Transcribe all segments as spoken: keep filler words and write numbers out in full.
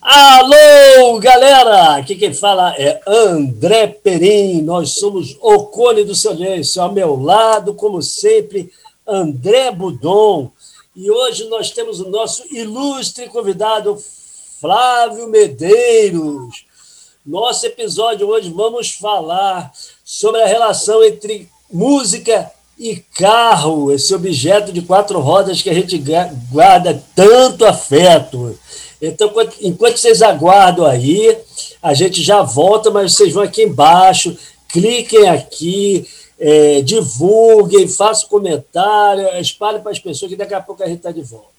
Alô, galera! Aqui quem fala é André Perim. Nós somos o Cone do Silêncio. Ao meu lado, como sempre, André Budon. E hoje nós temos o nosso ilustre convidado, Flávio Medeiros. Nosso episódio hoje vamos falar sobre a relação entre música e carro, esse objeto de quatro rodas que a gente guarda tanto afeto. Então, enquanto vocês aguardam aí, a gente já volta, mas vocês vão aqui embaixo, cliquem aqui, é, divulguem, façam comentário, espalhem para as pessoas que daqui a pouco a gente está de volta.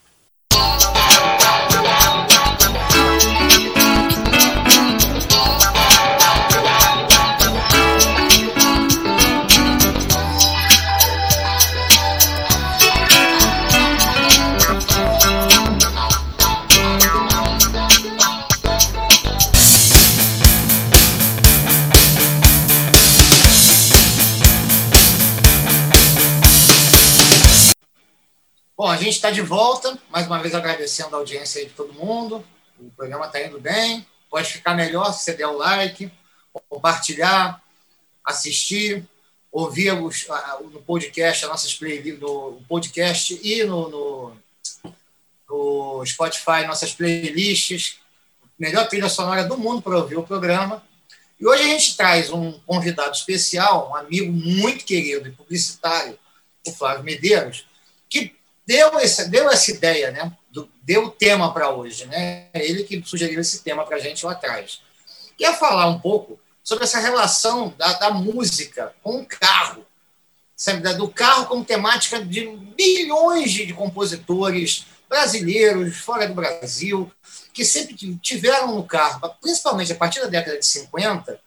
Bom, a gente está de volta, mais uma vez agradecendo a audiência aí de todo mundo. O programa está indo bem, pode ficar melhor se você der o like, compartilhar, assistir, ouvir os, no podcast, as nossas playlists, no podcast e no, no, no Spotify, nossas playlists, melhor trilha sonora do mundo para ouvir o programa. E hoje a gente traz um convidado especial, um amigo muito querido e publicitário, o Flávio Medeiros, que Deu essa, deu essa ideia, né? Do, deu o tema para hoje, né? Ele que sugeriu esse tema para a gente lá atrás. Quer falar um pouco sobre essa relação da, da música com o carro, sabe? Do carro como temática de milhões de compositores brasileiros, fora do Brasil, que sempre tiveram no carro, principalmente a partir da década de cinquenta,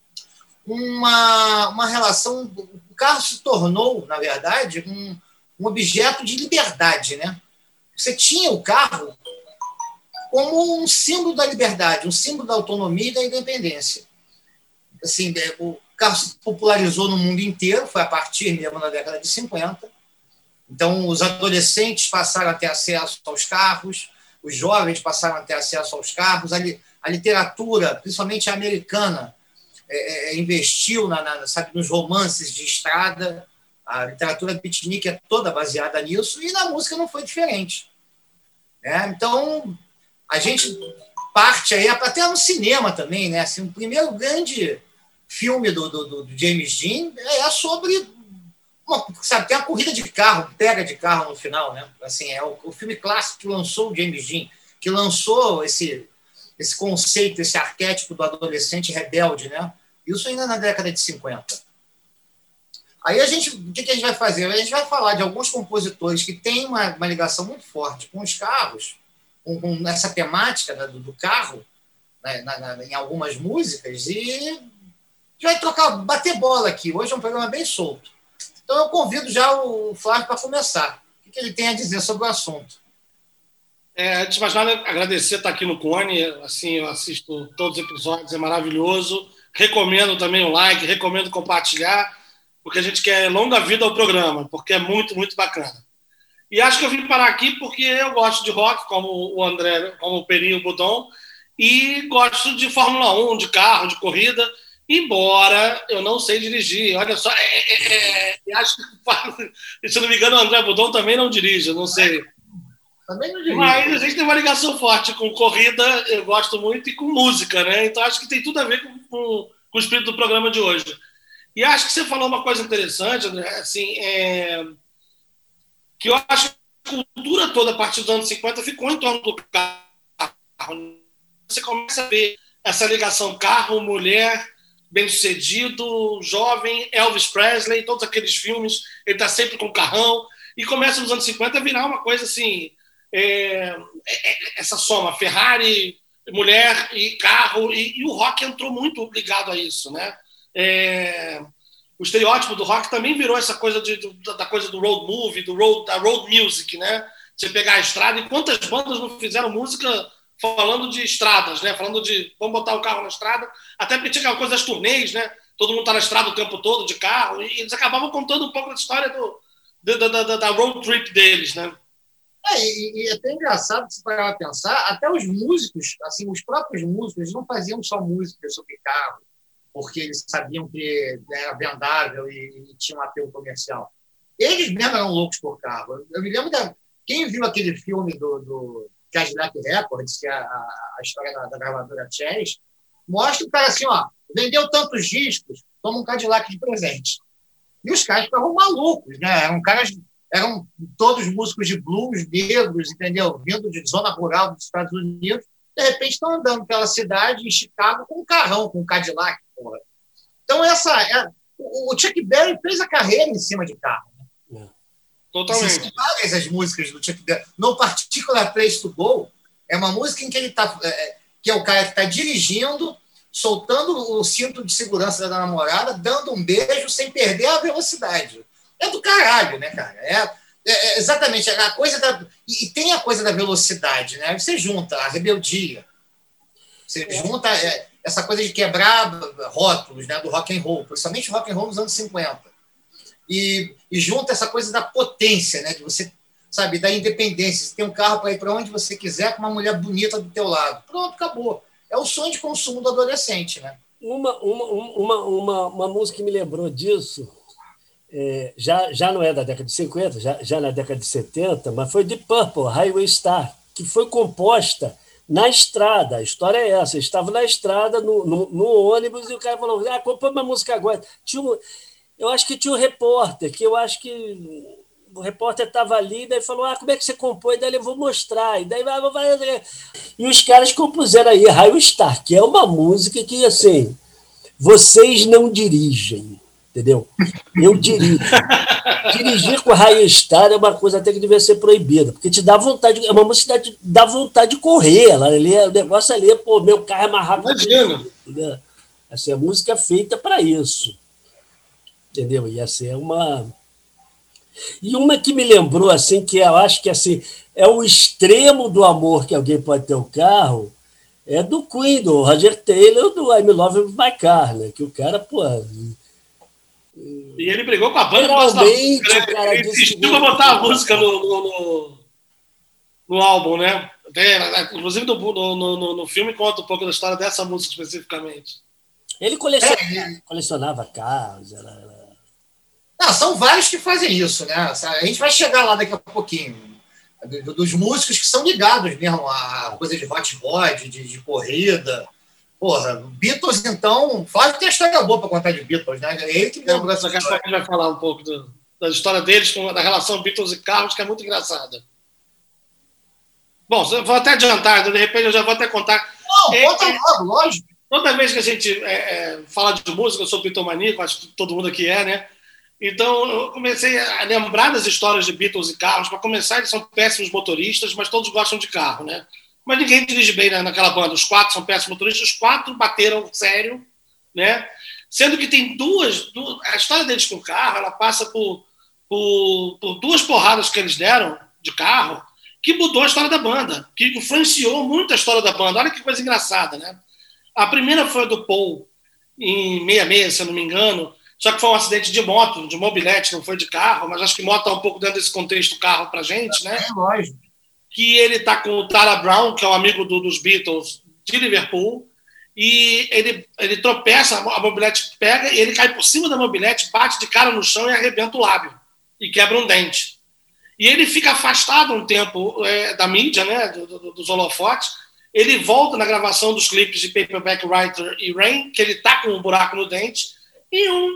uma, uma relação... O carro se tornou, na verdade, um um objeto de liberdade, né? Você tinha o carro como um símbolo da liberdade, um símbolo da autonomia e da independência. Assim, o carro se popularizou no mundo inteiro, foi a partir mesmo da década de cinquenta. Então, os adolescentes passaram a ter acesso aos carros, os jovens passaram a ter acesso aos carros, a, li, a literatura, principalmente a americana, é, é, investiu na, na, sabe, nos romances de estrada. A literatura beatnik é toda baseada nisso, e na música não foi diferente. Né? Então, a gente parte aí, até no cinema também, né? Assim, o primeiro grande filme do, do, do James Dean é sobre... Uma, sabe, tem a corrida de carro, pega de carro no final, né? Assim, é o, o filme clássico que lançou o James Dean, que lançou esse, esse conceito, esse arquétipo do adolescente rebelde, né? Isso ainda na década de cinquenta. Aí a gente, o que a gente vai fazer? A gente vai falar de alguns compositores que têm uma, uma ligação muito forte com os carros, com, com essa temática, né, do, do carro, né, na, na, em algumas músicas, e a gente vai trocar, bater bola aqui. Hoje é um programa bem solto. Então eu convido já o Flávio para começar. O que ele tem a dizer sobre o assunto? É, antes de mais nada, agradecer estar aqui no Cone. Assim, eu assisto todos os episódios, é maravilhoso. Recomendo também o like, recomendo compartilhar, porque a gente quer longa vida ao programa, porque é muito, muito bacana. E acho que eu vim parar aqui porque eu gosto de rock, como o André, como o Perinho, o Budon, e gosto de Fórmula um, de carro, de corrida, embora eu não sei dirigir. Olha só, é, é, é, acho que, se não me engano, o André Budon também não dirige, eu não sei. Também não dirige. Mas a gente tem uma ligação forte com corrida, eu gosto muito, e com música, né? Então acho que tem tudo a ver com, com, com o espírito do programa de hoje. E acho que você falou uma coisa interessante, André, assim, é, que eu acho que a cultura toda, a partir dos anos cinquenta, ficou em torno do carro. Você começa a ver essa ligação carro, mulher, bem-sucedido, jovem, Elvis Presley, todos aqueles filmes, ele está sempre com carrão, e começa nos anos cinquenta a virar uma coisa assim, é, é, essa soma, Ferrari, mulher e carro, e, e o rock entrou muito ligado a isso, né? É, o estereótipo do rock também virou essa coisa de, da coisa do road movie, do road, da road music, né? Você pegar a estrada, e quantas bandas não fizeram música falando de estradas, né? Falando de vamos botar o carro na estrada, até porque tinha aquela coisa das turnês, né? Todo mundo tá na estrada o tempo todo de carro, e eles acabavam contando um pouco da história do, da, da, da road trip deles, né? É, e, e é até engraçado se parar para pensar, até os músicos, assim, os próprios músicos, eles não faziam só música sobre carro, porque eles sabiam que era vendável e, e tinha um apelo comercial. Eles mesmo eram loucos por carro. Eu me lembro da... Quem viu aquele filme do, do Cadillac Records, que é a, a história da, da gravadora Chess, mostra o cara assim, ó, vendeu tantos discos, toma um Cadillac de presente. E os caras ficavam malucos, né? Eram caras, eram todos músicos de blues, negros, entendeu? Vindo de zona rural dos Estados Unidos, de repente estão andando pela cidade em Chicago com um carrão, com um Cadillac, porra. Então, essa é, o, o Chuck Berry fez a carreira em cima de carro. Né? Totalmente. Assim, são várias as músicas do Chuck Berry. No Particular Place to Go, é uma música em que ele está, é, que é o cara que está dirigindo, soltando o cinto de segurança da namorada, dando um beijo sem perder a velocidade. É do caralho, né, cara? É, é, é exatamente a coisa da... E tem a coisa da velocidade, né? Você junta a rebeldia, você é. junta é, essa coisa de quebrar rótulos, né, do rock and roll, principalmente o rock and roll nos anos cinquenta. E, e junta essa coisa da potência, né, de você, sabe, da independência. Você tem um carro para ir para onde você quiser com uma mulher bonita do teu lado. Pronto, acabou. É o sonho de consumo do adolescente, né? Uma, uma, uma, uma, uma música que me lembrou disso, é, já, já não é da década de cinquenta, já, já na década de setenta, mas foi de Purple, Highway Star, que foi composta na estrada. A história é essa. Eu estava na estrada, no, no, no ônibus, e o cara falou, ah, compõe uma música agora. Tinha um, eu acho que tinha um repórter, que eu acho que... O repórter estava ali, daí falou, ah, como é que você compõe? Daí eu vou mostrar. E, daí, vai, vai, vai. E os caras compuseram aí Highway Star, que é uma música que, assim, vocês não dirigem, entendeu? Eu dirijo. Dirigir com Highway Star é uma coisa até que devia ser proibida, porque te dá vontade, é uma música que dá vontade de correr. Ela, ali, o negócio ali, pô, meu carro é mais rápido. Imagina. Assim, a música é feita para isso. Entendeu? Ia ser uma... E uma que me lembrou, assim, que eu acho que assim, é o extremo do amor que alguém pode ter o carro, é do Queen, do Roger Taylor, do I'm in Love with My Car, né? Que o cara, pô... E ele brigou com a banda. Realmente, música, né? o cara ele insistiu para botar a música no, no, no, no álbum, né? Até, inclusive, no, no, no, no filme conta um pouco da história dessa música especificamente. Ele colecionava, é. colecionava carros, era... era... Não, são vários que fazem isso, né? A gente vai chegar lá daqui a pouquinho. Dos músicos que são ligados mesmo a coisa de hot rod, de, de corrida. Porra, Beatles, então... Fala que tem história boa para contar de Beatles, né? É ele que lembrou essa história. A gente vai falar um pouco do, da história deles, da relação Beatles e carros, que é muito engraçada. Bom, eu vou até adiantar, de repente eu já vou até contar. Não, é, conta logo, lógico. Toda vez que a gente é, é, fala de música, eu sou bitomaníaco, acho que todo mundo aqui é, né? Então, eu comecei a lembrar das histórias de Beatles e carros. Para começar, eles são péssimos motoristas, mas todos gostam de carro, né? Mas ninguém dirige bem naquela banda. Os quatro são péssimos motoristas, os quatro bateram sério, né? Sendo que tem duas, duas... A história deles com o carro, ela passa por, por, por duas porradas que eles deram de carro que mudou a história da banda, que influenciou muito a história da banda. Olha que coisa engraçada, né? A primeira foi a do Paul, em sessenta e seis, se eu não me engano, só que foi um acidente de moto, de mobilete, não foi de carro, mas acho que moto está um pouco dentro desse contexto carro para gente, né? É, lógico. Que ele está com o Tara Brown, que é um amigo do, dos Beatles, de Liverpool, e ele, ele tropeça, a mobilete pega, e ele cai por cima da mobilete, bate de cara no chão e arrebenta o lábio, e quebra um dente. E ele fica afastado um tempo é, da mídia, né, do, do, dos holofotes. Ele volta na gravação dos clipes de Paperback Writer e Rain, que ele está com um buraco no dente, e um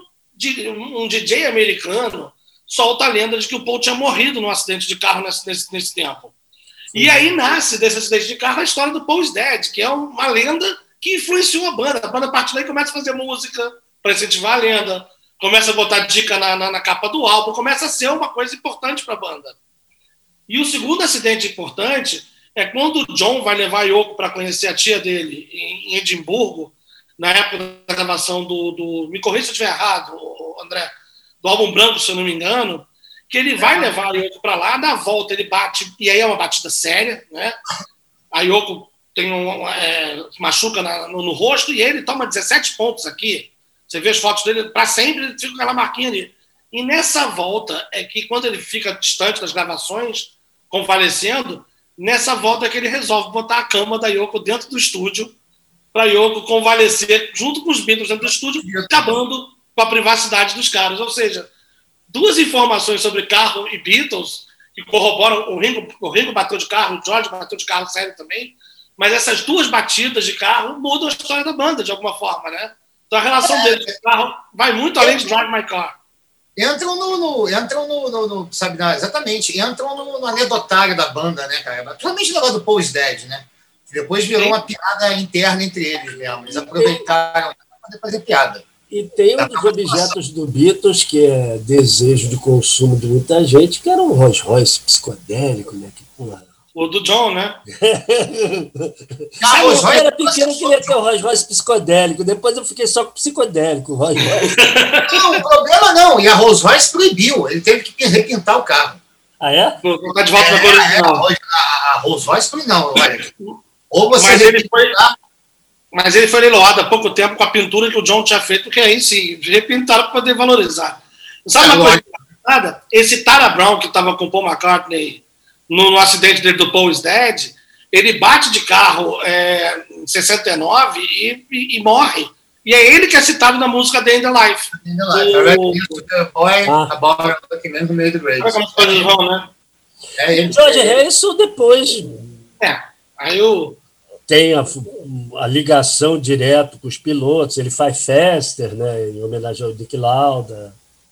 um D J americano solta a lenda de que o Paul tinha morrido num acidente de carro nesse, nesse, nesse tempo. Sim. E aí nasce desse acidente de carro a história do Paul's Dead, que é uma lenda que influenciou a banda. A banda, a partir daí, começa a fazer música para incentivar a lenda, começa a botar dica na, na, na capa do álbum, começa a ser uma coisa importante para a banda. E o segundo acidente importante é quando o John vai levar a Yoko para conhecer a tia dele em, em Edimburgo, na época da gravação do... do me corrija se eu estiver errado, André, do álbum branco, se eu não me engano, que ele vai levar a Yoko para lá, na volta ele bate, e aí é uma batida séria, né? A Yoko tem um, é, machuca na, no, no rosto e ele toma dezessete pontos aqui. Você vê as fotos dele, para sempre ele fica com aquela marquinha ali. E nessa volta é que, quando ele fica distante das gravações, convalescendo, nessa volta que ele resolve botar a cama da Yoko dentro do estúdio para a Yoko convalescer junto com os Beatles dentro do estúdio, acabando com a privacidade dos caras. Ou seja, duas informações sobre carro e Beatles que corroboram, o Ringo, o Ringo bateu de carro, o George bateu de carro sério também, mas essas duas batidas de carro mudam a história da banda, de alguma forma, né? Então a relação é, deles com o carro vai muito além de Drive My Car. Entram no, no, entram no, no, no sabe, exatamente, entram no, no anedotário da banda, né, cara? Principalmente o negócio do Paul is Dead, né? Depois virou Sim. uma piada interna entre eles mesmo. Eles aproveitaram para poder fazer piada. E tem um dos objetos do Beatles, que é desejo de consumo de muita gente, que era um Rolls Royce psicodélico, né? Que, porra. O do John, né? Ah, eu Royce, era pequeno e queria ter o Rolls Royce psicodélico. Depois eu fiquei só com psicodélico. O Rolls Royce. Não, o problema não. E a Rolls Royce proibiu. Ele teve que repintar o carro. Ah, é? Tá de volta é, na original. É, a, a Rolls Royce não. Olha, ou você mas, ele foi, mas ele foi leiloado há pouco tempo com a pintura que o John tinha feito, que aí sim, repintaram para poder valorizar. Sabe é, uma coisa engraçada? Esse Tara Brown, que estava com o Paul McCartney no, no acidente dele do Paul is Dead, ele bate de carro é, em sessenta e nove e, e, e morre. E é ele que é citado na música The End of Life. The End of Life. O boy about the man who made the grave. Né? É ele. George Harrison depois... É, aí o... Tem a, a ligação direto com os pilotos, ele faz Faster, né, em homenagem ao Nick Lauda.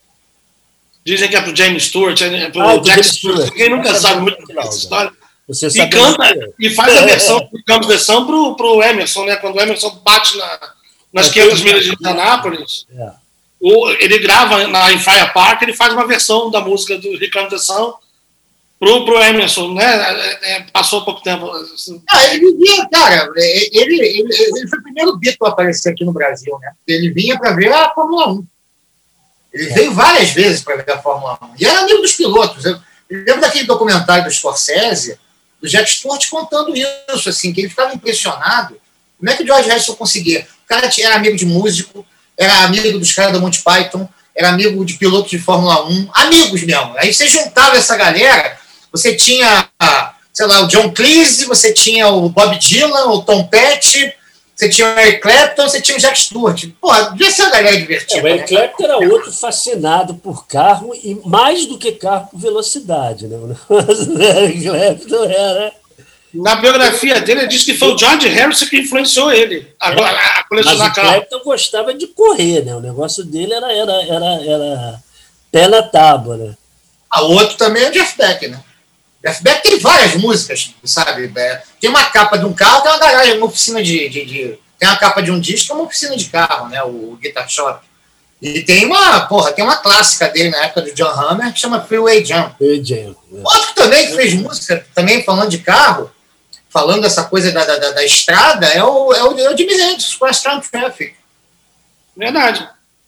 Dizem que é pro James Stewart, é pro ah, Jack Stewart. Quem nunca sabe muito dessa história. Você e canta, e faz a versão, a versão pro, pro Emerson, né? Quando o Emerson bate na, nas é, quinhentas milhas de Indianápolis, é. o, ele grava na, em Fire Park, ele faz uma versão da música do Ricardo de São pro, pro Emerson, né? É, é, passou pouco tempo. Ah, ele vinha, cara, ele, ele, ele, ele foi o primeiro Beatle a aparecer aqui no Brasil, né? Ele vinha para ver a Fórmula um. Ele é. veio várias vezes para ver a Fórmula um. E era amigo dos pilotos. Eu, eu lembro daquele documentário do Scorsese, do Jack Stewart contando isso, assim, que ele ficava impressionado. Como é que o George Harrison conseguia? O cara era amigo de músico, era amigo dos caras da Monty Python, era amigo de piloto de Fórmula um, amigos mesmo. Aí você juntava essa galera, você tinha, sei lá, o John Cleese, você tinha o Bob Dylan, o Tom Petty, você tinha o Eric Clapton, você tinha o Jack Stewart. Porra, devia ser uma galera divertida. É, o Eric né? Clapton era outro fascinado por carro, e mais do que carro, por velocidade. Né? O Eric Clapton era... Na biografia dele, ele diz que foi o George Harrison que influenciou ele a, é, a, a colecionar carro. Mas o Clapton gostava de correr, né? O negócio dele era, era, era, era pé na tábua, né? A outro também é o Jeff Beck, né? Jeff Beck tem várias músicas, sabe? Tem uma capa de um carro, tem uma garagem, uma oficina de, de, de... Tem uma capa de um disco, é uma oficina de carro, né? O Guitar Shop. E tem uma, porra, tem uma clássica dele na época do John Hammer, que chama Freeway Jump. Freeway Jump. É. Outro também que fez música, também falando de carro, falando dessa coisa da, da, da estrada, é o, é o, é o Jimi Hendrix, com a Strong Traffic. Verdade.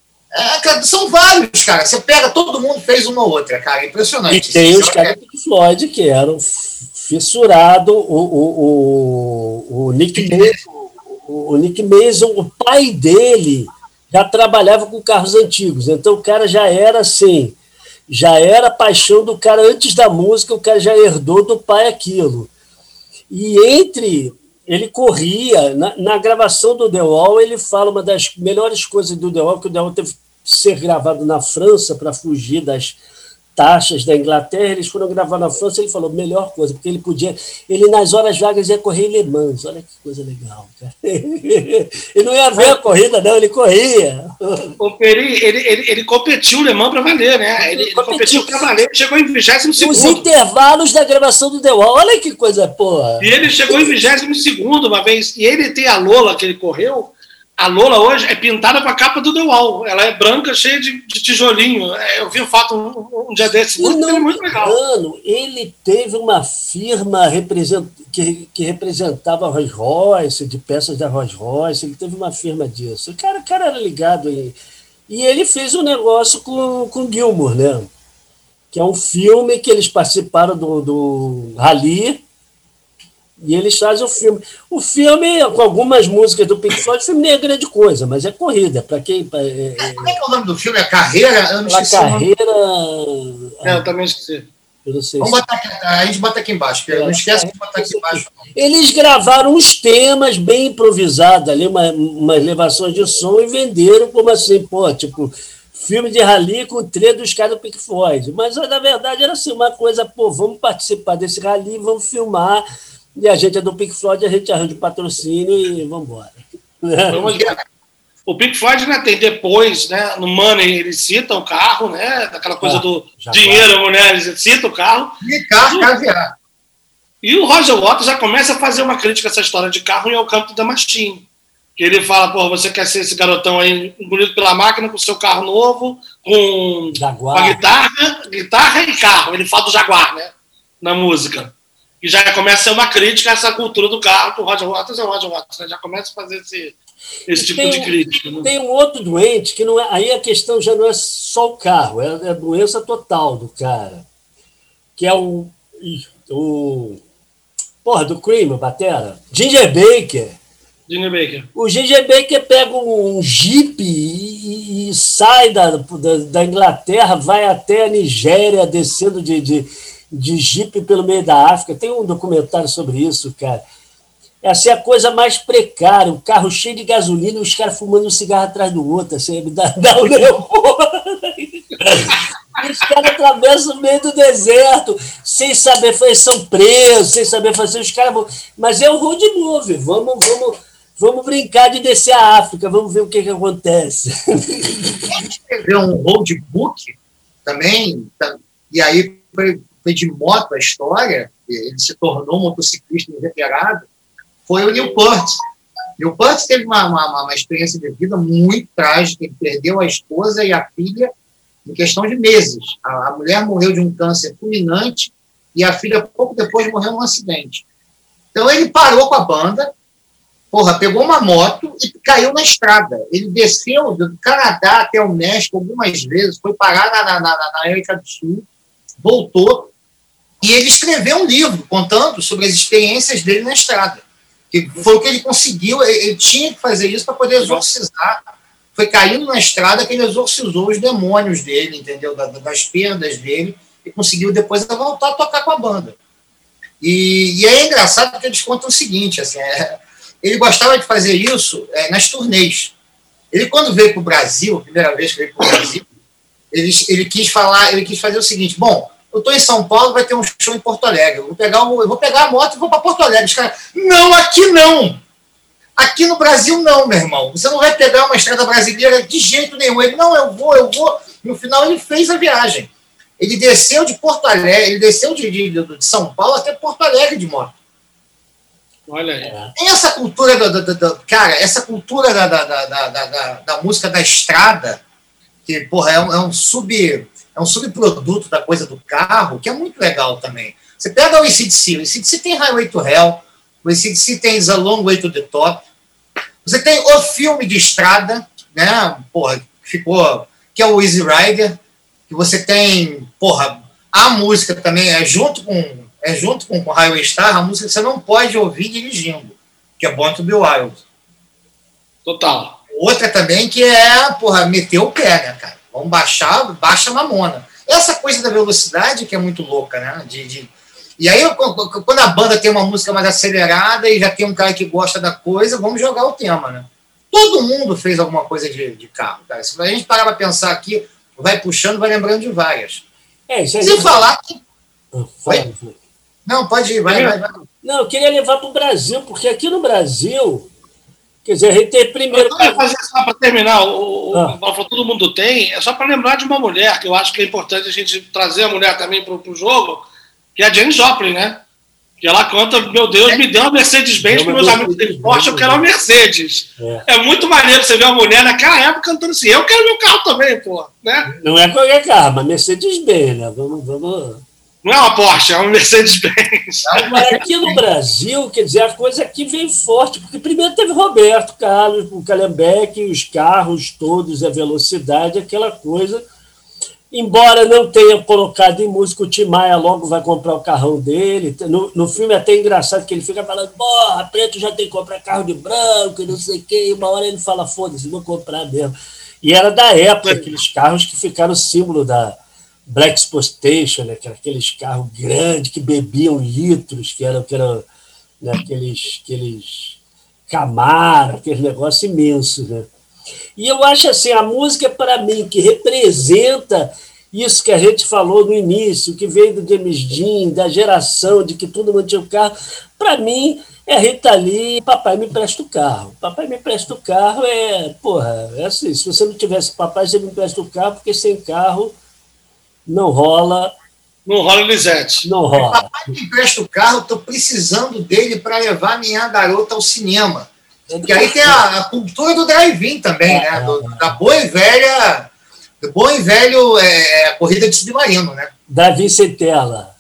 É, são vários, cara. Você pega, todo mundo fez uma ou outra, cara. Impressionante. E tem os caras do Floyd que eram fissurados. O, o, o, o Nick Mason, o, o Nick Mason, o pai dele já trabalhava com carros antigos. Então o cara já era assim, já era a paixão do cara antes da música, o cara já herdou do pai aquilo. E entre... Ele corria, na, na gravação do The Wall, ele fala uma das melhores coisas do The Wall, que o The Wall teve que ser gravado na França para fugir das taxas da Inglaterra, eles foram gravar na França, ele falou, melhor coisa, porque ele podia, ele nas horas vagas ia correr em Le Mans, olha que coisa legal, cara. Ele não ia ver a corrida, não, ele corria. O Peri, ele, ele, ele competiu o Le Mans para valer, né? Ele, ele competiu para valer, chegou em vigésimo segundo. Os intervalos da gravação do The Wall, olha que coisa, porra. E ele chegou em vigésimo segundo uma vez, e ele tem a Lola que ele correu. A Lola hoje é pintada com a capa do The Wall. Ela é branca, cheia de, de tijolinho. Eu vi foto um, um dia desse. Muito, não, muito legal. Mano, ele teve uma firma represent... que, que representava a Rolls Royce, de peças da Rolls Royce. Ele teve uma firma disso. O cara, o cara era ligado em... E ele fez um negócio com, com Gilmour, né? Que é um filme que eles participaram do, do Rally. E eles fazem o filme. O filme, com algumas músicas do Pink Floyd, o filme nem é grande coisa, mas é corrida. Para quem. É, é, como é que é o nome do filme? É Carreira? Eu não esqueci. Carreira. É, eu também esqueci. Eu não sei Vamos se... botar aqui, a gente bota aqui embaixo, Pedro. Não esquece de botar aqui embaixo. Eles gravaram uns temas bem improvisados ali, uma, umas levações de som e venderam como assim, pô, tipo, filme de rally com o trilha dos caras do Pink Floyd. Mas, na verdade, era assim, uma coisa, pô, vamos participar desse rally, vamos filmar, e a gente é do Pink Floyd, a gente arranja o patrocínio e vamos embora. Vamos ver. O Pink Floyd, né, tem depois, né, no Money, eles citam o carro, né, daquela coisa ah, do dinheiro, vai. Mulher, eles citam o carro. E carro, caviar. E o Roger Waters já começa a fazer uma crítica a essa história de carro em Welcome to the Machine. Que ele fala, pô, você quer ser esse garotão aí engolido pela máquina com seu carro novo, com Jaguar. Uma guitarra, guitarra e carro. Ele fala do Jaguar, né, na música. E já começa a ser uma crítica a essa cultura do carro, que o Roger Waters é o Roger Waters, né? Já começa a fazer esse... esse tipo tem, de crítica. Né? Tem um outro doente que não é, aí a questão já não é só o carro, é a doença total do cara, que é o, o porra, do Cream, o batera, Ginger Baker. Ginger Baker. O Ginger Baker pega um Jeep e, e sai da, da, da Inglaterra, vai até a Nigéria, descendo de, de, de Jeep pelo meio da África. Tem um documentário sobre isso, cara. Essa é a coisa mais precária, o carro cheio de gasolina e os caras fumando um cigarro atrás do outro, assim, dá, dá um nervoso. Os caras atravessam o meio do deserto, sem saber fazer, são presos, sem saber fazer, os caras vão... Mas é um road movie, vamos, vamos, vamos brincar de descer a África, vamos ver o que, que acontece. Ele escreveu um road book também, e aí foi, foi de moto a história, ele se tornou motociclista inveterado, foi o Neil Peart. Neil Peart teve uma, uma, uma experiência de vida muito trágica, ele perdeu a esposa e a filha em questão de meses. A, a mulher morreu de um câncer fulminante e a filha, pouco depois, morreu num acidente. Então, ele parou com a banda, porra, pegou uma moto e caiu na estrada. Ele desceu do Canadá até o México algumas vezes, foi parar na, na, na, na América do Sul, voltou, e ele escreveu um livro contando sobre as experiências dele na estrada. Que foi o que ele conseguiu, ele tinha que fazer isso para poder exorcizar. Foi caindo na estrada que ele exorcizou os demônios dele, entendeu? Das perdas dele, e conseguiu depois voltar a tocar com a banda. E, e é engraçado porque eles contam o seguinte, assim, é, ele gostava de fazer isso é, nas turnês. Ele, quando veio para o Brasil, a primeira vez que veio para o Brasil, ele, ele quis falar, ele quis fazer o seguinte, bom, eu estou em São Paulo, vai ter um show em Porto Alegre. Eu vou pegar, um, eu vou pegar a moto e vou para Porto Alegre. Os caras, não, aqui não. Aqui no Brasil não, meu irmão. Você não vai pegar uma estrada brasileira de jeito nenhum. Ele, não, eu vou, eu vou. No final, ele fez a viagem. Ele desceu de Porto Alegre, ele desceu de, de, de São Paulo até Porto Alegre de moto. Olha aí. Tem essa cultura, da, da, da, cara, essa cultura da, da, da, da, da, da música da estrada, que, porra, é um, é um sub... É um subproduto da coisa do carro, que é muito legal também. Você pega o A C D C, o A C D C tem Highway to Hell, o A C D C tem The Long Way to the Top, você tem o filme de estrada, né, porra, que ficou, que é o Easy Rider, que você tem, porra, a música também é junto com, é junto com o Highway Star, a música que você não pode ouvir dirigindo, que é Born to Be Wild. Total. Outra também que é, porra, meter o pé, né, cara? Vamos baixar, baixa a mamona. Essa coisa da velocidade que é muito louca, né? De, de... E aí, quando a banda tem uma música mais acelerada e já tem um cara que gosta da coisa, vamos jogar o tema, né? Todo mundo fez alguma coisa de, de carro, cara. Se a gente parar para pensar aqui, vai puxando, vai lembrando de várias. É, isso aí. Se falar que... Ah, fala, Não, pode ir, vai, vai, vai. Não, eu queria levar para o Brasil, porque aqui no Brasil... Quer dizer, a gente tem primeiro... Eu quero fazer só para terminar, o, ah. o, todo mundo tem, é só para lembrar de uma mulher, que eu acho que é importante a gente trazer a mulher também para o jogo, que é a Janis Joplin, né? Que ela canta, meu Deus, é. me deu uma Mercedes-Benz, porque meus amigos têm Porsche, eu quero uma Mercedes. É. é muito maneiro você ver uma mulher naquela época cantando assim, eu quero meu carro também, pô. Né? Não é qualquer carro, mas Mercedes-Benz, né? Vamos... vamos... Não é uma Porsche, é uma Mercedes-Benz. Mas aqui no Brasil, quer dizer, a coisa aqui vem forte, porque primeiro teve Roberto Carlos, o Calhambeque, os carros todos, a velocidade, aquela coisa. Embora não tenha colocado em música, o Tim Maia logo vai comprar o carrão dele. No, no filme é até engraçado que ele fica falando, porra, preto já tem que comprar carro de branco e não sei o quê. E uma hora ele fala, foda-se, vou comprar mesmo. E era da época, aqueles carros que ficaram símbolo da... Black Spotation, né, que era aqueles carros grandes que bebiam litros, que eram, que eram né, aqueles, aqueles Camaro, aqueles negócios imensos. Né? E eu acho assim, a música, para mim, que representa isso que a gente falou no início, que veio do James Dean, da geração de que todo mundo tinha o carro, para mim é Rita Lee, Papai Me Empresta o Carro. Papai Me Empresta o Carro é, porra, é assim, se você não tivesse papai, você me empresta o carro, porque sem carro não rola. Não rola Lisete. Não rola. Papai Me Empresta o Carro, estou precisando dele para levar minha garota ao cinema. Porque aí tem a, a cultura do drive-in também, é, né? Do, da boa e velha... Do bom e velho é, corrida de submarino, né? Davi sem tela.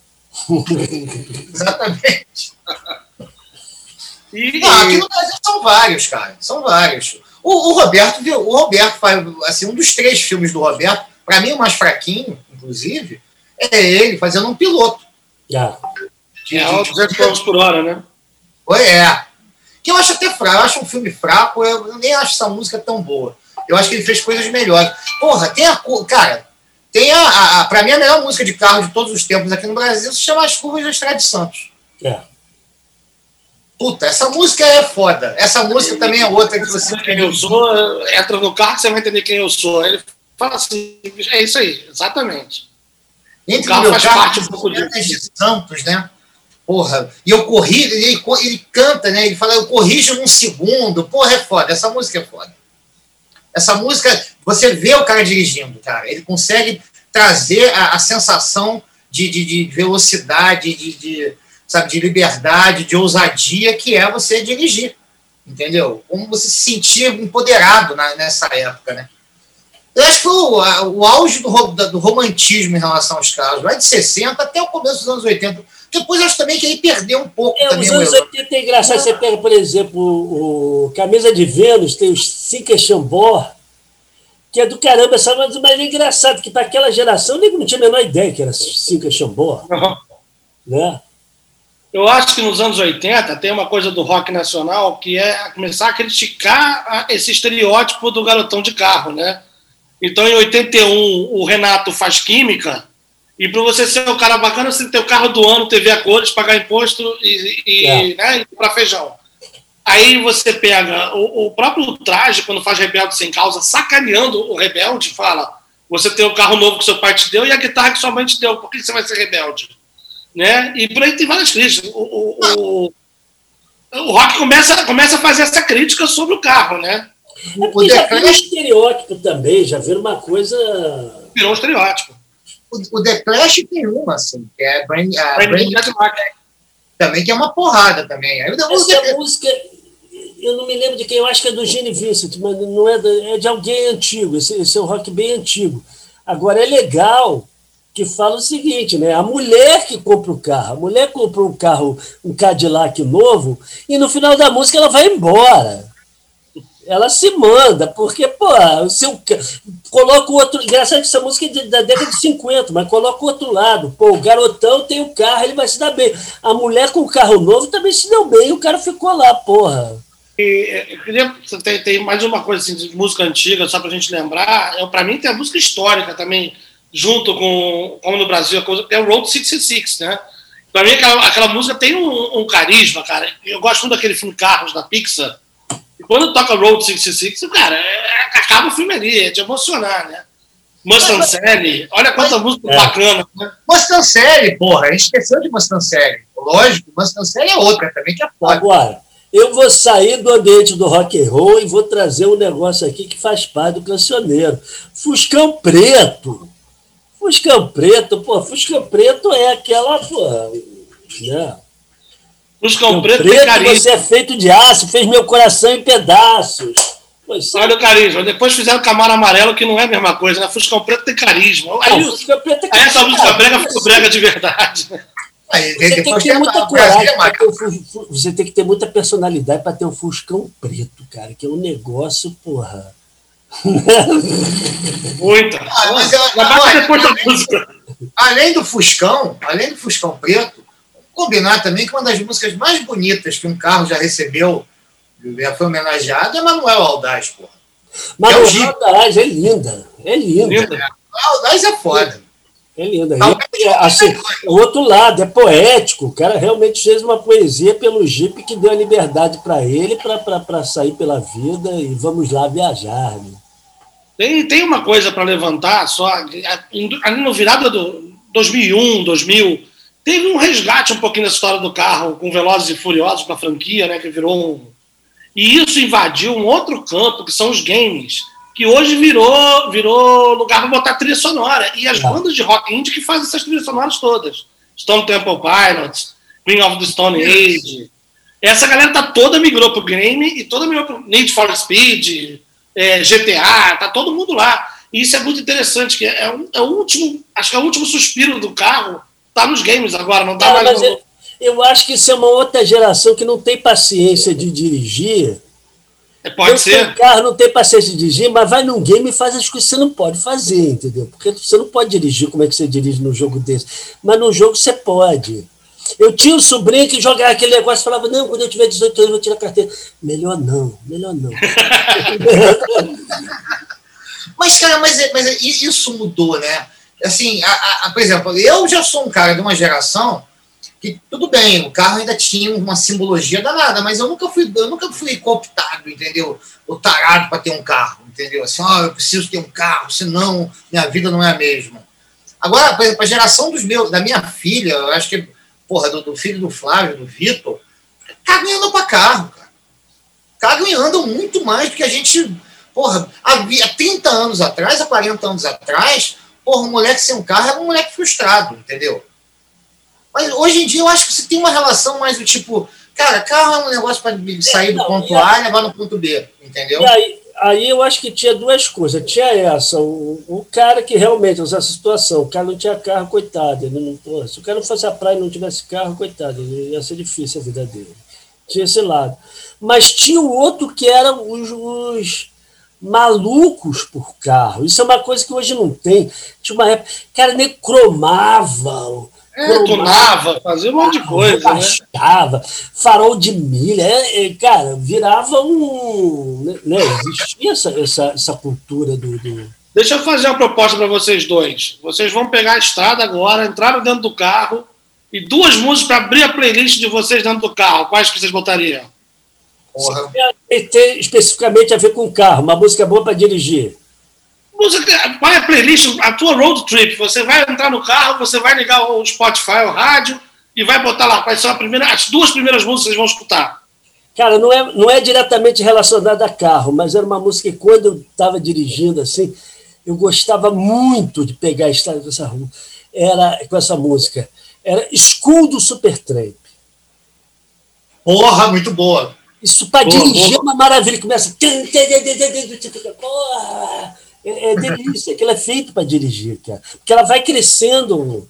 Exatamente. E... Não, aqui no Brasil são vários, cara. São vários. O, o Roberto, viu? O Roberto faz assim, um dos três filmes do Roberto, para mim o mais fraquinho, inclusive, é ele fazendo um piloto. Yeah. De, é, de, duzentos quilômetros por hora, né? É. Que eu acho até fraco, eu acho um filme fraco, eu nem acho essa música tão boa. Eu acho que ele fez coisas melhores. Porra, tem a... Cara, tem a... a, a para mim, a melhor música de carro de todos os tempos aqui no Brasil se chama As Curvas da Estrada de Santos. É. Puta, essa música é foda. Essa música também é outra que você... Quem eu sou, entra no carro que você vai entender quem eu sou. Ele fala assim, é isso aí, exatamente. Entre o carro faz carro, parte um pouco disso. De Santos, né? Porra, e eu corri, ele, ele canta, né? Ele fala, eu corrijo num segundo. Porra, é foda, essa música é foda. Essa música, você vê o cara dirigindo, cara. Ele consegue trazer a, a sensação de, de, de velocidade, de, de, sabe, de liberdade, de ousadia que é você dirigir. Entendeu? Como você se sentir empoderado na, nessa época, né? Eu acho que foi o, a, o auge do, do romantismo em relação aos carros, lá de sessenta até o começo dos anos oitenta. Depois eu acho também que ele perdeu um pouco. É, também os anos oitenta é engraçado. Você pega, por exemplo, o, o Camisa de Vênus, tem os Cinca Chambord, que é do caramba, sabe? Mas, mas é engraçado que para aquela geração eu não tinha a menor ideia que era Cinca Chambord. Uhum. Né? Eu acho que nos anos oitenta tem uma coisa do rock nacional que é começar a criticar esse estereótipo do garotão de carro, né? Então, em oitenta e um, o Renato faz química, e para você ser um cara bacana, você tem que ter o carro do ano, T V a cores, pagar imposto e, e, é. né, e comprar feijão. Aí você pega o, o próprio Traje, quando faz Rebelde Sem Causa, sacaneando o Rebelde, fala, você tem o carro novo que seu pai te deu e a guitarra que sua mãe te deu, por que você vai ser rebelde? Né? E por aí tem várias críticas. O, o, o, o rock começa, começa a fazer essa crítica sobre o carro, né? É porque já virou um estereótipo também, já virou uma coisa... Virou um estereótipo. O, o The Clash tem uma, assim, que é a Brain, a Brain, também, que é uma porrada também. Aí, Essa música, música, eu não me lembro de quem, eu acho que é do Gene Vincent, mas não é, de, é de alguém antigo, esse, esse é um rock bem antigo. Agora, é legal que fala o seguinte, né? A mulher que compra o carro, a mulher comprou um carro, um Cadillac novo, e no final da música ela vai embora. Ela se manda, porque, pô, o seu, coloca o outro... Engraçado que essa música é da década de cinquenta, mas coloca o outro lado. Pô, o garotão tem o carro, ele vai se dar bem. A mulher com o carro novo também se deu bem, e o cara ficou lá, porra. E, eu queria... Tem, tem mais uma coisa assim, de música antiga, só pra gente lembrar. Eu, pra mim tem a música histórica também, junto com, como no Brasil, a coisa, que é o Route sessenta e seis, né? Pra mim aquela, aquela música tem um, um carisma, cara. Eu gosto muito daquele filme Carros, da Pixar. E quando toca Route sessenta e seis, cara, é, acaba o filme ali, é de emocionar, né? Mustang Sally, olha quanta música é. bacana. Né? Mustang Sally, porra, a gente esqueceu de Mustang Sally. Lógico, Mustang Sally é outra também, que é foda. Agora, eu vou sair do ambiente do rock and roll e vou trazer um negócio aqui que faz parte do cancioneiro. Fuscão Preto. Fuscão Preto, pô, Fuscão Preto é aquela, porra, né? Fuscão Preto, preto tem carisma. Você é feito de aço, fez meu coração em pedaços. Você... Olha o carisma. Depois fizeram Camaro Amarelo, que não é a mesma coisa, né? Fuscão Preto tem carisma. Aí, não, Fuscão Preto tem aí essa música brega ficou brega de verdade. Aí, você, tem que ter muita coragem ter o, você tem que ter muita personalidade para ter o Fuscão Preto, cara, que é um negócio, porra. Muita. Ah, mas eu, olha, depois da música. Além do Fuscão, além do Fuscão Preto, combinar também que uma das músicas mais bonitas que um carro já recebeu, já foi homenageado, é Manuel Aldaz, porra. Manuel é Aldaz é linda. É linda. linda. Manuel Aldaz é foda. É lindo. É, assim, o outro lado é poético. O cara realmente fez uma poesia pelo Jeep que deu a liberdade para ele para sair pela vida e vamos lá viajar. Né? Tem, tem uma coisa para levantar, só ali no virada do dois mil e um, dois mil, teve um resgate um pouquinho dessa história do carro com Velozes e Furiosos para a franquia, né, que virou um... E isso invadiu um outro campo, que são os games, que hoje virou, virou lugar para botar trilha sonora. E as ah. bandas de rock indie que fazem essas trilhas sonoras todas. Stone Temple Pilots, Queen of the Stone Age. Essa galera tá toda migrou pro game e toda migrou pro Need for Speed, é, G T A, tá todo mundo lá. E isso é muito interessante, que é, um, é o último, acho que é o último suspiro do carro, tá nos games agora, não tá ah, mais no... eu, eu acho que isso é uma outra geração que não tem paciência de dirigir. Pode não ser. Tem carro, não tem paciência de dirigir, mas vai num game e faz as coisas que você não pode fazer, entendeu? Porque você não pode dirigir como é que você dirige num jogo desse. Mas num jogo você pode. Eu tinha um sobrinho que jogava aquele negócio e falava, não, quando eu tiver dezoito anos eu vou tirar a carteira. Melhor não, melhor não. Mas, cara, mas, mas isso mudou, né? Assim, a, a, por exemplo, eu já sou um cara de uma geração que, tudo bem, o carro ainda tinha uma simbologia danada, mas eu nunca fui, eu nunca fui cooptado, entendeu? O tarado para ter um carro, entendeu? Assim, ó, oh, eu preciso ter um carro, senão minha vida não é a mesma. Agora, por exemplo, a geração dos meus, da minha filha, eu acho que, porra, do, do filho do Flávio, do Vitor, cagam e andam para carro, cara. Cagam e andam muito mais do que a gente... Porra, há trinta anos atrás, há quarenta anos atrás, porra, um moleque sem um carro era um moleque frustrado, entendeu? Mas hoje em dia eu acho que você tem uma relação mais do tipo, cara, carro é um negócio para sair do ponto A e levar no ponto B, entendeu? E aí, aí eu acho que tinha duas coisas. Tinha essa, o, o cara que realmente usa essa situação, o cara não tinha carro, coitado. Ele não, porra, se o cara não fosse à praia e não tivesse carro, coitado, ia ser difícil a vida dele. Tinha esse lado. Mas tinha o outro que era os... os malucos por carro. Isso é uma coisa que hoje não tem. Tinha uma época, cara, nem cromava. É, cromava, fazia um monte de coisa. Baixava, né? Farol de milha. É, é, cara, virava um. Né, existia essa, essa, essa cultura do, do. Deixa eu fazer uma proposta para vocês dois. Vocês vão pegar a estrada agora, entraram dentro do carro e duas músicas para abrir a playlist de vocês dentro do carro. Quais que vocês botariam? Porra. Tem especificamente a ver com carro, uma música boa para dirigir. Música, qual é a playlist? A tua road trip. Você vai entrar no carro, você vai ligar o Spotify, o rádio, e vai botar lá quais são a primeira, as duas primeiras músicas que vocês vão escutar. Cara, não é, não é diretamente relacionada a carro, mas era uma música que quando eu estava dirigindo assim, eu gostava muito de pegar a estrada com essa, era, com essa música. Era School do Supertramp. Porra, muito boa. Isso para dirigir é uma maravilha. Começa. Porra, é, é delícia. Aquilo é feito para dirigir, cara. Porque ela vai crescendo.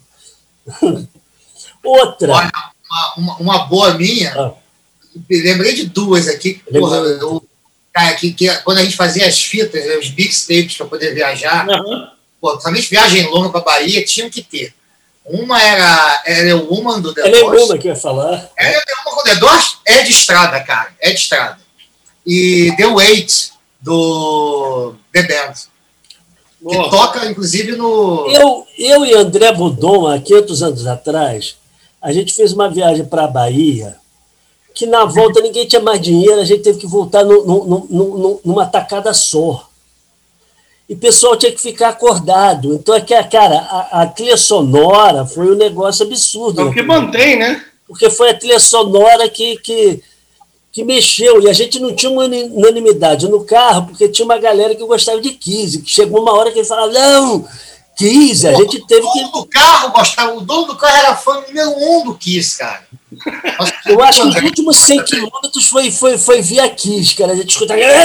Outra. Olha, uma, uma, uma boa minha. Ah. Lembrei de duas aqui. Porra, eu, cara, que, que, quando a gente fazia as fitas, os mixtapes para poder viajar, uhum. Pô, principalmente viagem longa para Bahia, tinham que ter. Uma era Ela é Woman do The Doors. Ela é Woman que eu ia falar. Ela é Woman do The Doors é de estrada, cara. É de estrada. E The Weight do The Band. Que oh. toca, inclusive, no... Eu, eu e André Budon, há quinhentos anos atrás, a gente fez uma viagem para a Bahia, que na volta ninguém tinha mais dinheiro, a gente teve que voltar no, no, no, no, numa tacada só. E o pessoal tinha que ficar acordado. Então, é que, cara, a, a trilha sonora foi um negócio absurdo. É o que mantém, né? Porque foi a trilha sonora que, que, que mexeu. E a gente não tinha uma unanimidade no carro, porque tinha uma galera que gostava de Kiss. Que chegou uma hora que ele falava, não, Kiss, a gente teve que... O dono do carro gostava, o dono do carro era fã número um do Kiss, cara. Nossa, eu acho que os últimos cem quilômetros foi, foi, foi via Kiss, cara. A gente escutava. Eu,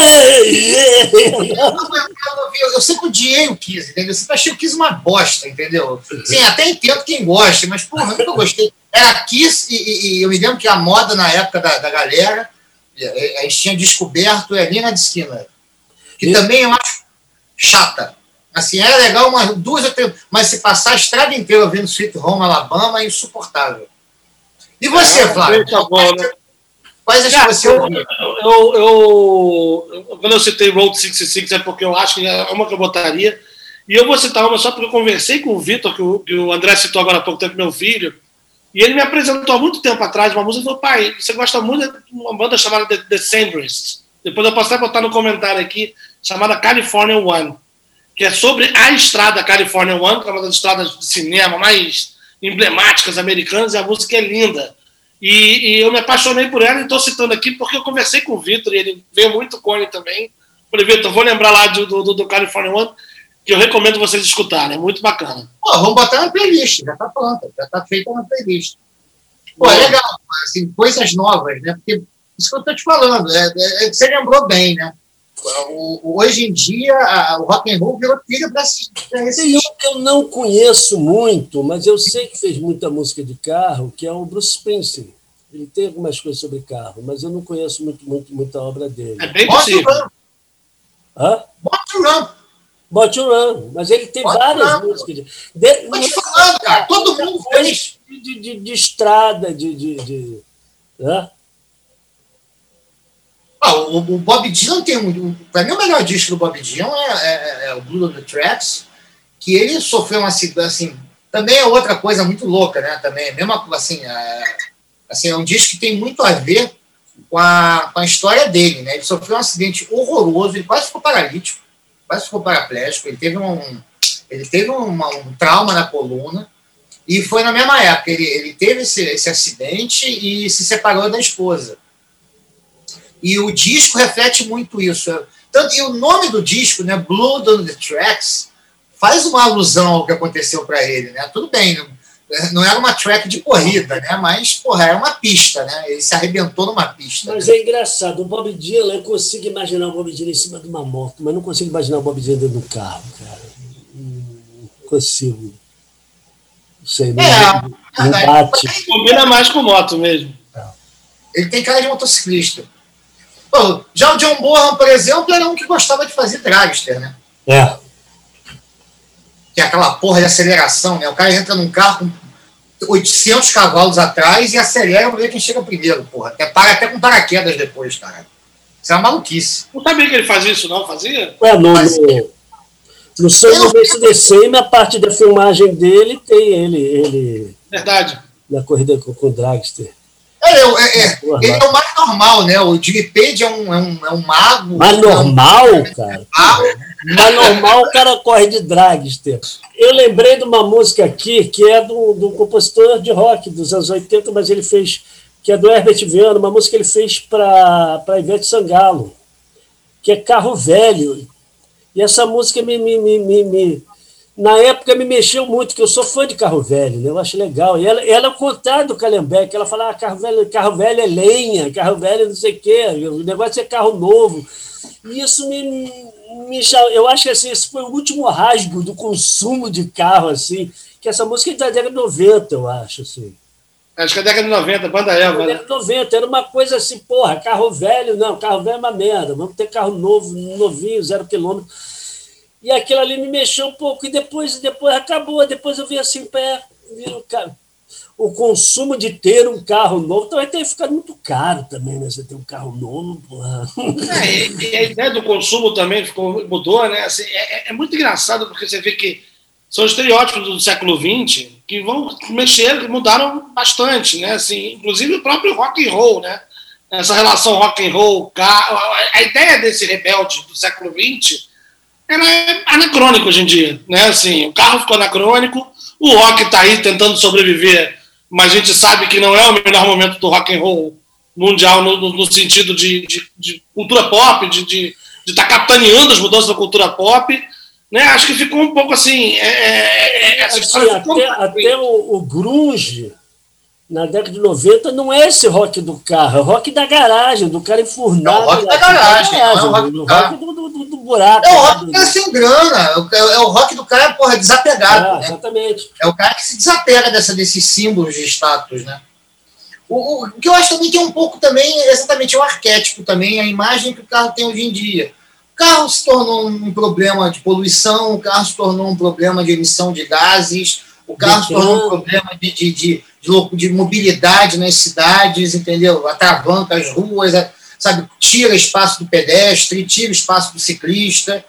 eu sempre odiei o Kiss, entendeu? Eu sempre achei o Kiss uma bosta, entendeu? Sim, até entendo quem gosta, mas, porra, nunca eu gostei. Era Kiss, e, e, e eu me lembro que a moda na época da, da galera, a gente tinha descoberto a Lina de Skinner, que e? também eu acho chata. Assim, era legal umas duas ou três, mas se passar a estrada inteira ouvindo Sweet Home Alabama é insuportável. E você, Flávio? Tá bom, né? Quais as que você ouviu? Eu, eu, eu, quando eu citei Road sessenta e seis é porque eu acho que é uma que eu botaria. E eu vou citar uma só porque eu conversei com o Vitor, que o, que o André citou agora há pouco tempo, meu filho, e ele me apresentou há muito tempo atrás uma música e falou, pai, você gosta muito de uma banda chamada The, The Centrists. Depois eu posso até botar no comentário aqui, chamada California One, que é sobre a estrada California One, que é uma das estradas de cinema mais emblemáticas americanas, e a música é linda. E, e eu me apaixonei por ela e estou citando aqui porque eu conversei com o Vitor, e ele veio muito Cone também. Falei, Vitor, vou lembrar lá do, do, do California One, que eu recomendo vocês escutarem, é muito bacana. Pô, vamos botar na playlist, já está pronta, já está feita na playlist. Pô, é legal, assim, coisas novas, né? Porque isso que eu estou te falando, é, é, você lembrou bem, né? O, o, hoje em dia, a, o rock and roll virou trilha para esse. Tem um que eu não conheço muito, mas eu sei que fez muita música de carro, que é o Bruce Springsteen. Ele tem algumas coisas sobre carro, mas eu não conheço muito, muito, muita obra dele. É bem possível. Hã? Bota o Run. Bota o Run, mas ele tem Bota várias Run. músicas. De, de, Estou te falando, cara, todo mundo fez. De, de, de estrada, de. de, de né? Ah, o, o Bob Dylan tem um. Para mim, o melhor disco do Bob Dylan é, é, é o Blue on the Tracks, que ele sofreu uma assim. Também é outra coisa muito louca, né? Também, mesmo assim, é, assim, é um disco que tem muito a ver com a, com a história dele, né? Ele sofreu um acidente horroroso, ele quase ficou paralítico, quase ficou paraplégico, ele teve um, ele teve uma, um trauma na coluna, e foi na mesma época. Ele, ele teve esse, esse acidente e se separou da esposa. E o disco reflete muito isso. Tanto, e o nome do disco, né, Blood on the Tracks, faz uma alusão ao que aconteceu para ele, né? Tudo bem, não era uma track de corrida, né? Mas, porra, era uma pista, né? Ele se arrebentou numa pista. Mas é engraçado, o Bob Dylan, eu consigo imaginar o Bob Dylan em cima de uma moto, mas não consigo imaginar o Bob Dylan dentro do carro, cara. Não consigo. Não sei, não, é, não bate. Combina mais com moto mesmo. Ele tem cara de motociclista. Pô, já o John Bonham, por exemplo, era um que gostava de fazer dragster, né? É. Que é aquela porra de aceleração, né? O cara entra num carro com oitocentos cavalos atrás e acelera pra ver quem chega primeiro, porra. Até, para até com paraquedas depois, cara. Isso é uma maluquice. Não sabia que ele fazia isso, não? Fazia? É, no, no, no Sangue do D C, na parte da filmagem dele, tem ele, ele Verdade. Na corrida com, com o dragster. É, é, é, ele é o mais normal, né? O Jimmy Page é um, é um, é um mago. Mais normal, cara? Mais normal, o cara corre de dragster. Eu lembrei de uma música aqui, que é do, do compositor de rock dos anos oitenta, mas ele fez, que é do Herbert Viana, uma música que ele fez para Ivete Sangalo, que é Carro Velho. E essa música me, me, me, me, me na época me mexeu muito, porque eu sou fã de carro velho, né? Eu acho legal. E ela, ela é o contrário do Calhambeck, ela fala, ah, carro velho, carro velho é lenha, carro velho não sei o quê, o negócio é carro novo. E isso me, me eu acho que assim, esse foi o último rasgo do consumo de carro, assim, que essa música é da década de noventa, eu acho, assim. Acho que é a década de noventa, banda Eva, né? década de noventa, era uma coisa assim, porra, carro velho, não, carro velho é uma merda, vamos ter carro novo, novinho, zero quilômetro. E aquilo ali me mexeu um pouco, e depois, depois acabou, depois eu vi assim, pé, o consumo de ter um carro novo também tem ficado muito caro também, né? Você ter um carro novo, porra. É, e a ideia do consumo também ficou, mudou, né? Assim, é, é muito engraçado, porque você vê que são estereótipos do século vinte que vão mexer, mudaram bastante, né? Assim, inclusive o próprio rock and roll, né? Essa relação rock and roll, carro, a ideia desse rebelde do século vinte ela é anacrônica hoje em dia, né? Assim, o carro ficou anacrônico, o rock está aí tentando sobreviver, mas a gente sabe que não é o melhor momento do rock and roll mundial no, no, no sentido de, de, de cultura pop, de estar de, de tá capitaneando as mudanças da cultura pop, né? Acho que ficou um pouco assim... É, é, é, assim até até o, o grunge, na década de noventa, não é esse rock do carro, é o rock da garagem, do cara enfurnado. É o rock da garagem, é o rock do, rock do, do, do, do buraco. É o rock do cara sem grana, é o rock do cara, porra, desapegado. É, né? Exatamente. É o cara que se desapega dessa, desses símbolos de status, né? O, o, o que eu acho também que é um pouco também, exatamente, o arquétipo também, a imagem que o carro tem hoje em dia. O carro se tornou um problema de poluição, o carro se tornou um problema de emissão de gases, o carro se tornou um problema de, de, de, de, de mobilidade nas cidades, entendeu? Atravanca as ruas, sabe? Tira espaço do pedestre, tira espaço do ciclista.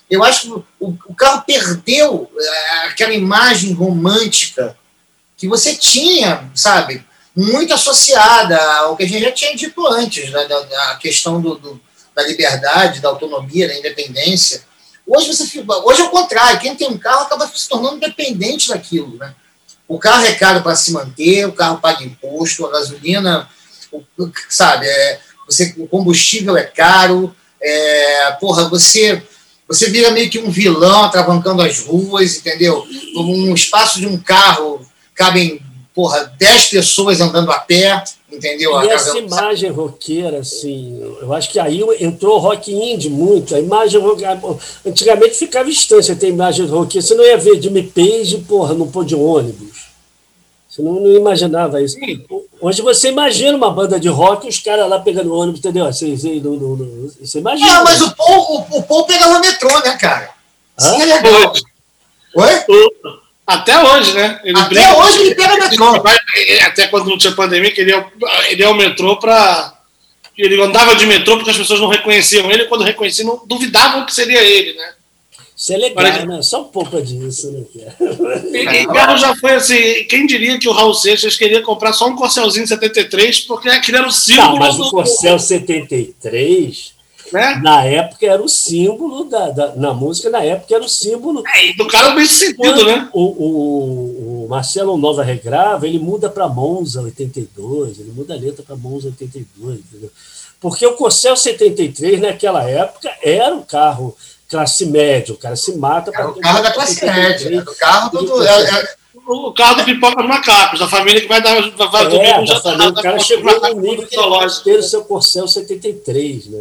Eu acho que o, o carro perdeu aquela imagem romântica que você tinha, sabe, muito associada ao que a gente já tinha dito antes, né, da, da questão do, do, da liberdade, da autonomia, da independência. Hoje, você, hoje é o contrário, quem tem um carro acaba se tornando dependente daquilo, né? O carro é caro para se manter, o carro paga imposto, a gasolina, o, sabe, é, você, o combustível é caro, é, porra, você... Você vira meio que um vilão atravancando as ruas, entendeu? Um espaço de um carro, cabem, porra, dez pessoas andando a pé, entendeu? E essa imagem roqueira, assim, eu acho que aí entrou o rock indie muito. A imagem roqueira, antigamente ficava estranho você ter imagem roqueira. Você não ia ver Jimmy Page, porra, num pôr de ônibus. Você não, não imaginava isso. Sim. Hoje você imagina uma banda de rock e os caras lá pegando ônibus, entendeu? Você, você, não, não, não, você imagina. Ah, mas o Paul, o, o Paul pegava metrô, né, cara? Sim, é legal. Oi? Até hoje, né? Ele Até brinca, hoje ele pega metrô. Até quando não tinha pandemia, que ele ia, ele ia ao metrô para... Ele andava de metrô porque as pessoas não reconheciam ele. Quando reconheciam, não duvidavam que seria ele, né? Isso é legal, Para... né? Só um pouco disso, né? E, e carro já foi assim, quem diria que o Raul Seixas queria comprar só um Corcelzinho setenta e três, porque aquele era o símbolo... Não, mas do... o Corcel setenta e três, né? Na época, era o símbolo da, da... Na música, na época, era o símbolo... É, e do cara bem sentido, né? O, o, o Marcelo Nova Regrava, ele muda para Monza oitenta e dois, ele muda a letra para Monza oitenta e dois, entendeu? Porque o Corcel setenta e três, naquela época, era um carro... classe média, o cara se mata para... É o carro da classe média, né? O carro do... É, é... O carro do pipoca dos macacos, da família que vai dar... Vai é, dormir um já, família, o cara chegou no nível que ele ter o seu Corcel setenta e três, né?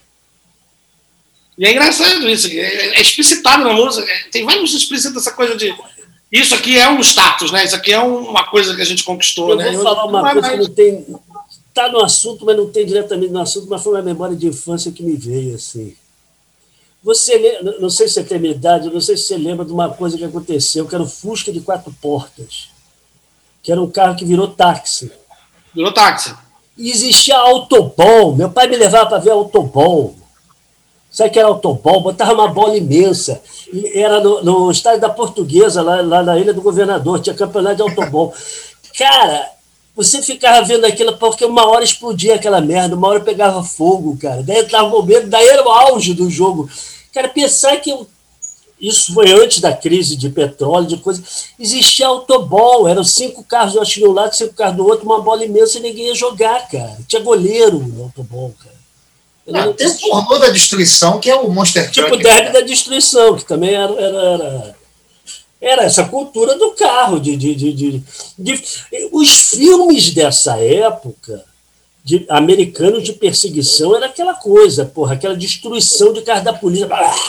E é engraçado isso, é explicitado na música, tem vários explicitos essa coisa de... Isso aqui é um status, né? Isso aqui é uma coisa que a gente conquistou, Eu né? vou falar uma coisa que não tem... Está no assunto, mas não tem diretamente no assunto, mas foi uma memória de infância que me veio, assim... Você, não sei se você tem minha idade, não sei se você lembra de uma coisa que aconteceu, que era o Fusca de quatro portas, que era um carro que virou táxi. Virou táxi. E existia Autobom. Meu pai me levava para ver Autobom. Sabe o que era Autobom? Botava uma bola imensa. E era no, no estádio da Portuguesa, lá, lá na Ilha do Governador, tinha campeonato de Autobom. Cara, você ficava vendo aquilo, porque uma hora explodia aquela merda, uma hora pegava fogo, cara. Daí estava o medo, daí era o auge do jogo. Cara, pensar que eu, isso foi antes da crise de petróleo, de coisa. Existia Autobom, eram cinco carros, eu acho, de um lado, cinco carros do outro, uma bola imensa e ninguém ia jogar, cara. Tinha goleiro no Autobom, cara. Ah, tem o pornô da destruição, que é o Monster Truck. Tipo o Derby da Destruição, que também era... era, era... Era essa cultura do carro. De, de, de, de, de... Os filmes dessa época, de americanos de perseguição, era aquela coisa, porra, aquela destruição de carro da polícia.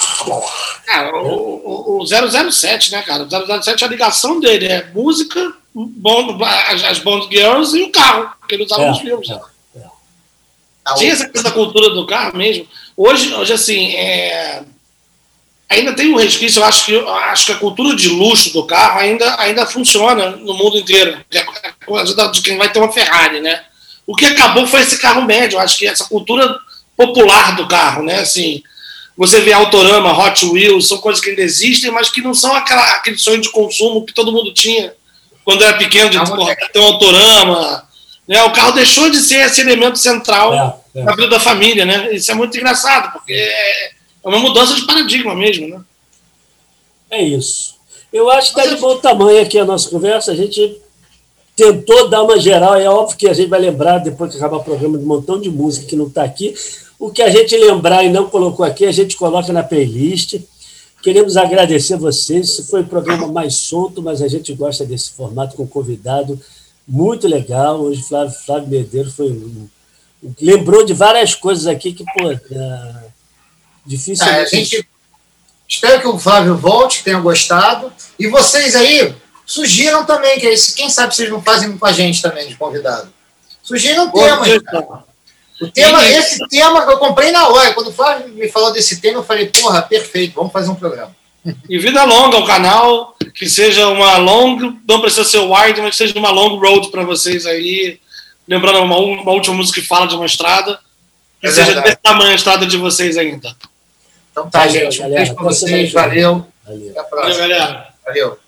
É, o, o, o zero zero sete, né, cara? O zero zero sete, a ligação dele é música, bond, as, as Bond Girls e o carro, que ele usava é, nos filmes. É, é. Tinha essa coisa da cultura do carro mesmo. Hoje, hoje assim, é... ainda tem um resquício, eu acho que, eu acho que a cultura de luxo do carro ainda, ainda funciona no mundo inteiro, que é a coisa de quem vai ter uma Ferrari, né? O que acabou foi esse carro médio, eu acho que essa cultura popular do carro, né? Assim, você vê Autorama, Hot Wheels, são coisas que ainda existem, mas que não são aquela, aquele sonho de consumo que todo mundo tinha quando era pequeno, de porra, ter um Autorama, né? O carro deixou de ser esse elemento central é, é. na vida da família, né? Isso é muito engraçado, porque é, é uma mudança de paradigma mesmo, né? É isso. Eu acho que está de bom tamanho aqui a nossa conversa. A gente tentou dar uma geral. É óbvio que a gente vai lembrar, depois que acabar o programa, de um montão de música que não está aqui. O que a gente lembrar e não colocou aqui, a gente coloca na playlist. Queremos agradecer a vocês. Esse foi o programa mais solto, mas a gente gosta desse formato com convidado. Muito legal. Hoje, Flávio, Flávio Medeiros foi, lembrou de várias coisas aqui que, pô... É... Difícil. É, a gente espero que o Flávio volte, que tenha gostado. E vocês aí, sugiram também, que esse, quem sabe vocês não fazem com a gente também, de convidado. Sugiram temas. O tema, esse tema eu comprei na hora. Quando o Flávio me falou desse tema, eu falei, porra, perfeito, vamos fazer um programa. E vida longa ao canal, que seja uma long, não precisa ser wide, mas que seja uma long road para vocês aí. Lembrando uma, uma última música que fala de uma estrada, que é seja verdade. Desse tamanho a estrada de vocês ainda. Então tá, valeu, gente. Um beijo para vocês. Valeu. Valeu. Até a próxima. Valeu, galera. Valeu.